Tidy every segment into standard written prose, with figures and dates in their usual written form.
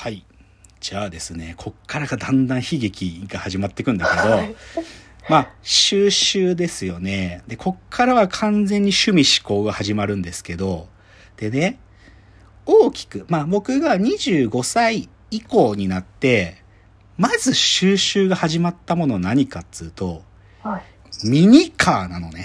はい。じゃあですね、こっからがだんだん悲劇が始まっていくんだけど、まあ、収集ですよね。で、こっからは完全に趣味思考が始まるんですけど、でね、大きく、まあ僕が25歳以降になって、まず収集が始まったもの何かっつうと、 はい、 ミニカーなのね。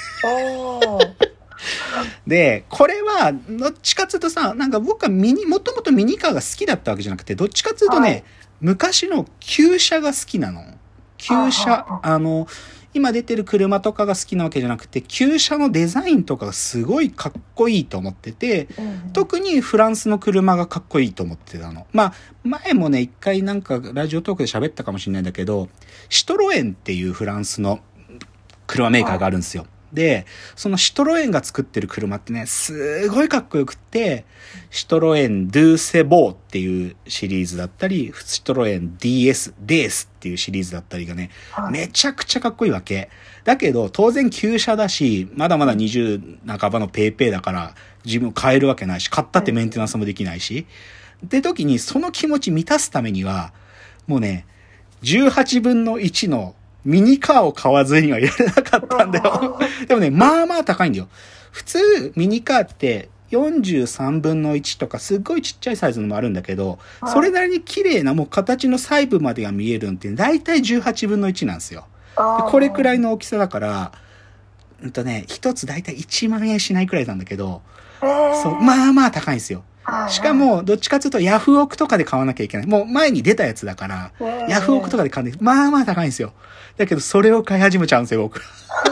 で、これは、どっちかっつうとさ、なんか僕はもともとミニカーが好きだったわけじゃなくて、どっちかっつうとね、はい、昔の旧車が好きなの。旧車、今出てる車とかが好きなわけじゃなくて、旧車のデザインとかがすごいかっこいいと思ってて、特にフランスの車がかっこいいと思ってたの。まあ、前もね、一回なんかラジオトークで喋ったかもしれないんだけど、シトロエンっていうフランスの車メーカーがあるんですよ。で、そのシトロエンが作ってる車ってね、すごいかっこよくって、シトロエンドゥセボーっていうシリーズだったり、シトロエン DS、デースっていうシリーズだったりがね、めちゃくちゃかっこいいわけ。だけど、当然旧車だし、まだまだ20半ばのペーペーだから、自分買えるわけないし、買ったってメンテナンスもできないし。って時に、その気持ち満たすためには、もうね、18分の1のミニカーを買わずにはいられなかったんだよ。でもね、まあまあ高いんだよ。普通、ミニカーって43分の1とかすっごいちっちゃいサイズのもあるんだけど、それなりに綺麗なもう形の細部までが見えるんって、だいたい18分の1なんですよ。でこれくらいの大きさだから、一つだいたい1万円しないくらいなんだけど、そう、まあまあ高いんですよ。しかも、どっちかというとヤフオクとかで買わなきゃいけない。もう前に出たやつだから、ヤフオクとかで買うんで、まあまあ高いんですよ。だけど、それを買い始めちゃうんですよ、僕。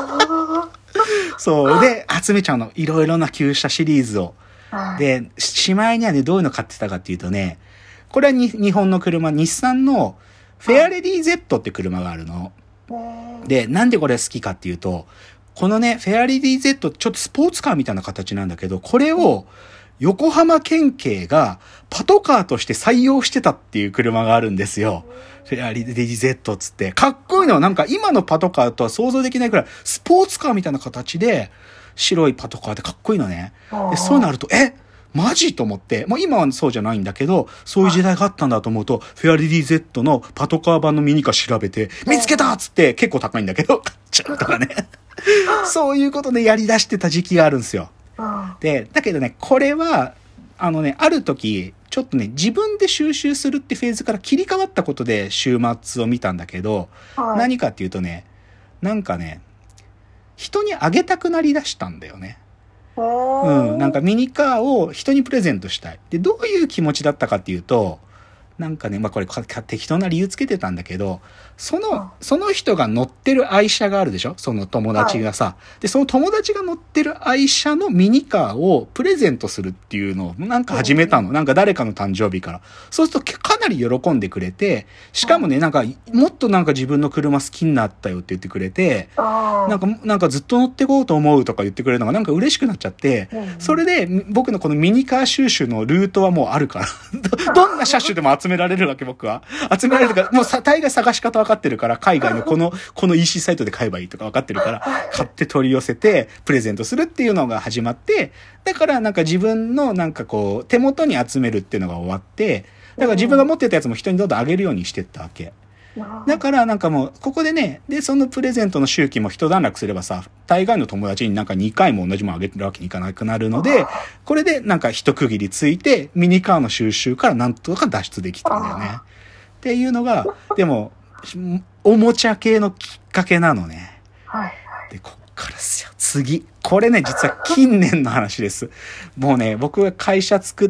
そう。で、集めちゃうの。いろいろな旧車シリーズを。で、しまいにはね、どういうの買ってたかっていうとね、これは日本の車、日産のフェアレディ Z って車があるの。で、なんでこれ好きかっていうと、このね、フェアレディ Z ちょっとスポーツカーみたいな形なんだけど、これを、横浜県警がパトカーとして採用してたっていう車があるんですよ。フェアレディ Z つって。かっこいいのはなんか今のパトカーとは想像できないくらいスポーツカーみたいな形で白いパトカーでかっこいいのね。でそうなると、マジと思って、もう今はそうじゃないんだけど、そういう時代があったんだと思うと、フェアレディ Z のパトカー版のミニカー調べて、見つけたっつって結構高いんだけど、買っちゃうとかね。そういうことでやり出してた時期があるんですよ。で、だけどね、これは、ある時、ちょっとね、自分で収集するってフェーズから切り替わったことで週末を見たんだけど、何かっていうとね、なんかね、人にあげたくなりだしたんだよね。なんかミニカーを人にプレゼントしたい。で、どういう気持ちだったかっていうと、なんかね、まあ、これ適当な理由つけてたんだけど、その人が乗ってる愛車があるでしょ？その友達がさ。で、その友達が乗ってる愛車のミニカーをプレゼントするっていうのをなんか始めたの。なんか誰かの誕生日から。そうするとかなり喜んでくれて、しかもね、なんかもっとなんか自分の車好きになったよって言ってくれて、なんかずっと乗ってこうと思うとか言ってくれるのがなんか嬉しくなっちゃって、それで僕のこのミニカー収集のルートはもうあるから。どんな車種でも集められるわけ、僕は。集められるから、もう大概探し方分かってるから、海外のこの EC サイトで買えばいいとか分かってるから、買って取り寄せて、プレゼントするっていうのが始まって、だからなんか自分のなんかこう、手元に集めるっていうのが終わって、だから自分が持ってたやつも人にどんどんあげるようにしてったわけ。だからなんかもう、ここでね、で、そのプレゼントの周期も一段落すればさ、大概の友達になんか2回も同じものあげるわけにいかなくなるので、これでなんか一区切りついて、ミニカーの収集からなんとか脱出できたんだよね。っていうのが、でも、おもちゃ系のきっかけなのね。で、こっからですよ。次。これね、実は近年の話です。もうね、僕が会社作って、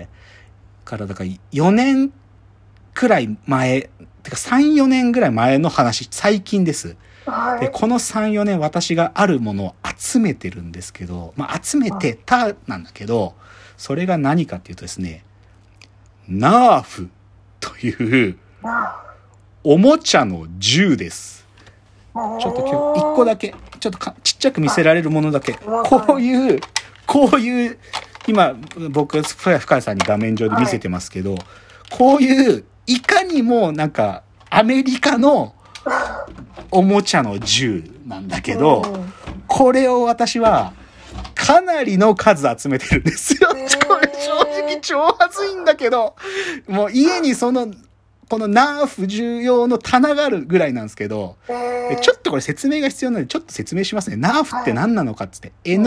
からだから4年くらい前、てか3、4年ぐらい前の話、最近です。で、この3、4年私があるものを集めてるんですけど、まあ集めてたなんだけど、それが何かっていうとですね、ナーフというおもちゃの銃です。ちょっと今日1個だけ、ちょっとちっちゃく見せられるものだけ、こういう、今僕、深谷さんに画面上で見せてますけど、こういう、いかにもなんかアメリカのおもちゃの銃なんだけど、これを私はかなりの数集めてるんですよ。これ正直超はずいんだけど、もう家にこのナーフ重要の棚があるぐらいなんですけど、ちょっとこれ説明が必要なので、ちょっと説明しますね。ナーフって何なのかっつって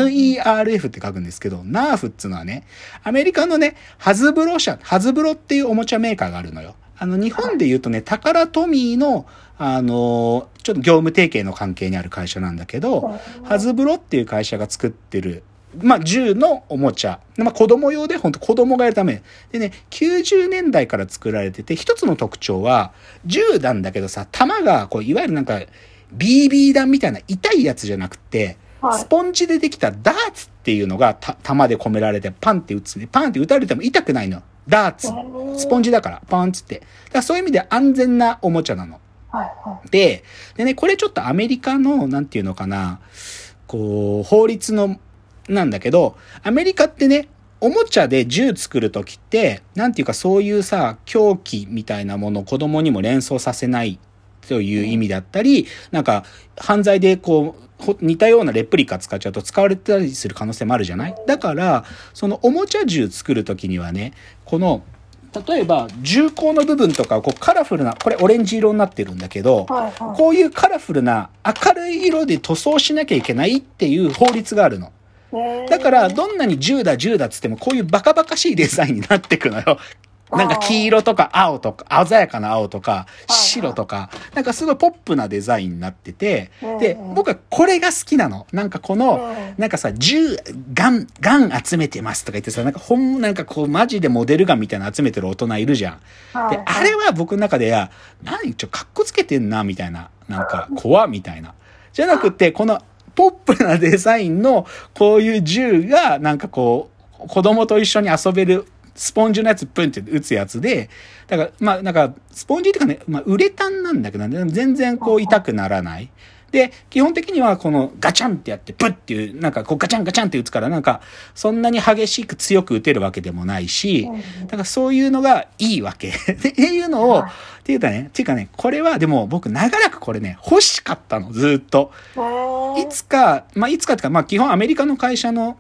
、NERF って書くんですけど、ナーフっていうのはね、アメリカのね、ハズブロっていうおもちゃメーカーがあるのよ。日本で言うとね、タカラトミーの、ちょっと業務提携の関係にある会社なんだけど、ハズブロっていう会社が作ってる、銃のおもちゃ。子供用で、本当子供がやるため。でね、90年代から作られてて、一つの特徴は、銃なんだけどさ、弾が、いわゆるなんか、BB 弾みたいな痛いやつじゃなくて、スポンジでできたダーツっていうのが弾で込められて、パンって撃つね。パンって撃たれても痛くないの。ダーツ。スポンジだから、パンつって。だからそういう意味で安全なおもちゃなの。でね、これちょっとアメリカの、なんていうのかな、法律の、なんだけど、アメリカってね、おもちゃで銃作るときって、なんていうかそういうさ、凶器みたいなものを子供にも連想させないという意味だったり、なんか犯罪で似たようなレプリカ使っちゃうと使われたりする可能性もあるじゃない？だから、そのおもちゃ銃作るときにはね、例えば銃口の部分とかカラフルな、これオレンジ色になってるんだけど、こういうカラフルな明るい色で塗装しなきゃいけないっていう法律があるの。だから、どんなに銃だっつっても、こういうバカバカしいデザインになってくのよ。なんか黄色とか青とか、鮮やかな青とか、白とか、なんかすごいポップなデザインになってて、で、僕はこれが好きなの。なんかなんかさ、ガン集めてますとか言ってさ、なんかマジでモデルガンみたいなの集めてる大人いるじゃん。で、あれは僕の中では、かっこつけてんな、みたいな。なんか、怖みたいな。じゃなくて、ポップなデザインのこういう銃がなんか子供と一緒に遊べるスポンジのやつプンって打つやつで、だからなんかスポンジっていうかね、ウレタンなんだけど、全然痛くならない。で、基本的にはガチャンってやってプッっていう、なんかガチャンガチャンって打つからなんかそんなに激しく強く打てるわけでもないし、だからそういうのがいいわけ。っていうのを、っていうかね、これはでも僕長らくこれね、欲しかったの、ずっと。いつかっていうか、基本アメリカの会社の、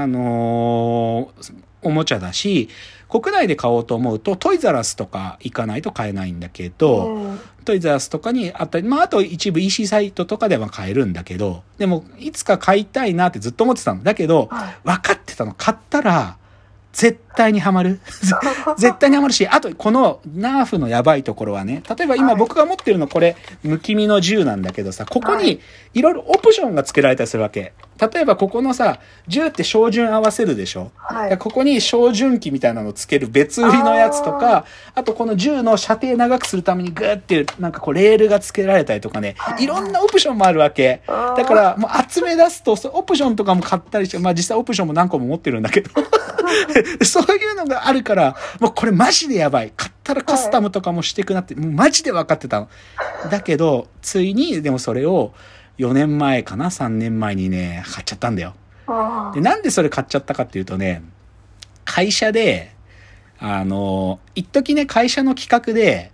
おもちゃだし、国内で買おうと思うとトイザらスとか行かないと買えないんだけど、トイザらスとかにあったり、あと一部 EC サイトとかでは買えるんだけど、でもいつか買いたいなってずっと思ってたんだけど、分かってたの。買ったら絶対にハマる。絶対にハマるし、あとこのナーフのやばいところはね、例えば今僕が持ってるのこれ、むきみの銃なんだけどさ、ここにいろいろオプションが付けられたりするわけ。例えばここのさ、銃って照準合わせるでしょ、ここに照準器みたいなのつける別売りのやつとか、あとこの銃の射程長くするためにグーっていう、なんかレールが付けられたりとかね、いろんなオプションもあるわけ。だからもう集め出すと、オプションとかも買ったりして、実際オプションも何個も持ってるんだけど、そういうのがあるから、もうこれマジでやばい。買ったらカスタムとかもしてくなって、もうマジで分かってたの。だけど、ついにでもそれを4年前かな、3年前にね、買っちゃったんだよ。で、なんでそれ買っちゃったかっていうとね、会社で、一時ね、会社の企画で、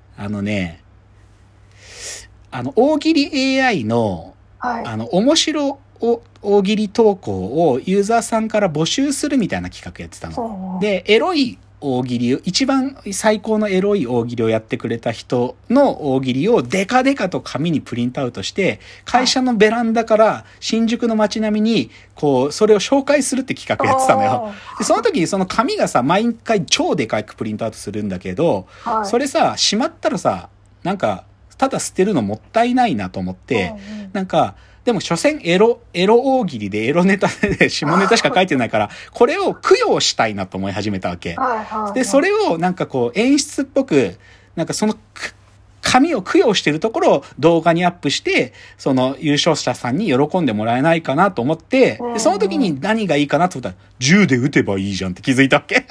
大喜利 AI の、面白大喜利投稿をユーザーさんから募集するみたいな企画やってたの。で、エロい大喜利を、一番最高のエロい大喜利をやってくれた人の大喜利をデカデカと紙にプリントアウトして、会社のベランダから新宿の街並みに、それを紹介するって企画やってたのよ。で、その時、その紙がさ、毎回超でかくプリントアウトするんだけど、それさ、しまったらさ、なんか、ただ捨てるのもったいないなと思って、なんか、でも所詮エロ大喜利でエロネタで下ネタしか書いてないから、これを供養したいなと思い始めたわけ。で、それをなんか演出っぽく、なんかその紙を供養してるところを動画にアップして、その優勝者さんに喜んでもらえないかなと思って、でその時に何がいいかなと思ったら、銃で撃てばいいじゃんって気づいたわけ。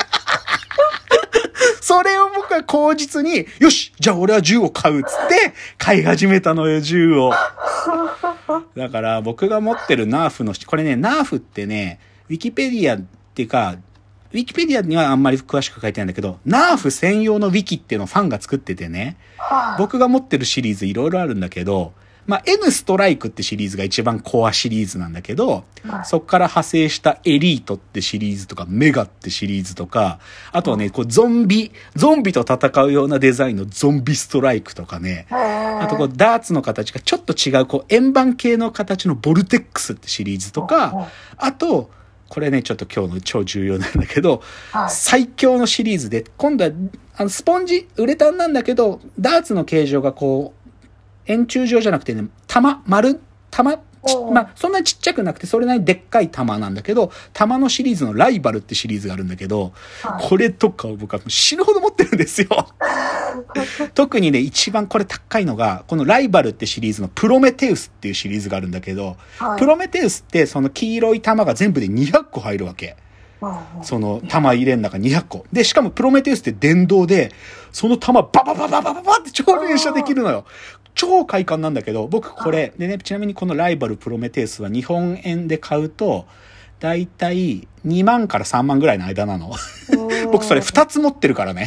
それを僕は口実に、よしじゃあ俺は銃を買うっつって、買い始めたのよ、銃を。だから僕が持ってるナーフの、これね、ナーフってね、ウィキペディアっていうか、ウィキペディアにはあんまり詳しく書いてないんだけど、ナーフ専用のウィキっていうのをファンが作っててね、僕が持ってるシリーズいろいろあるんだけど、 まあ、N ストライクってシリーズが一番コアシリーズなんだけど、そっから派生したエリートってシリーズとか、メガってシリーズとか、あとはね、こうゾンビと戦うようなデザインのゾンビストライクとかね、あとこうダーツの形がちょっと違う、こう円盤形の形のボルテックスってシリーズとか、あと、これね、ちょっと今日の超重要なんだけど、最強のシリーズで、今度は、スポンジ、ウレタンなんだけど、ダーツの形状がこう、円柱状じゃなくてね、まあ、そんなにちっちゃくなくて、それなりにでっかい玉なんだけど、玉のシリーズのライバルってシリーズがあるんだけど、これとかを僕は死ぬほど持ってるんですよ。特にね、一番これ高いのが、このライバルってシリーズのプロメテウスっていうシリーズがあるんだけど、プロメテウスってその黄色い玉が全部で200個入るわけ。その玉入れん中200個。で、しかもプロメテウスって電動で、その玉バババババババって超連射できるのよ。超快感なんだけど、僕これ、でね、ちなみにこのライバルプロメテウスは日本円で買うと、だいたい2万から3万ぐらいの間なの。僕それ2つ持ってるからね。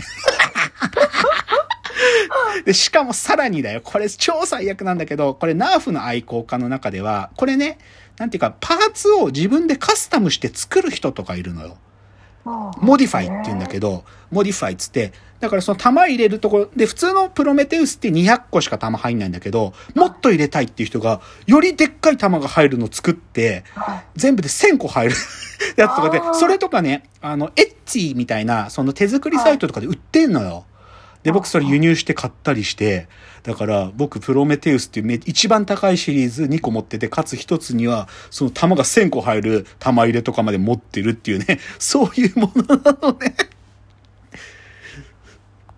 で、しかもさらにだよ、これ超最悪なんだけど、これナーフの愛好家の中では、これね、なんていうか、パーツを自分でカスタムして作る人とかいるのよ。モディファイって言うんだけど、モディファイっつって、だからその玉入れるところで、普通のプロメテウスって200個しか玉入んないんだけど、もっと入れたいっていう人が、よりでっかい玉が入るのを作って、全部で1000個入るやつとかで、それとかね、エッチみたいな、その手作りサイトとかで売ってんのよ。で、僕それ輸入して買ったりして、だから僕プロメテウスっていう一番高いシリーズ2個持ってて、かつ1つにはその玉が1000個入る玉入れとかまで持ってるっていうね、そういうものなのね。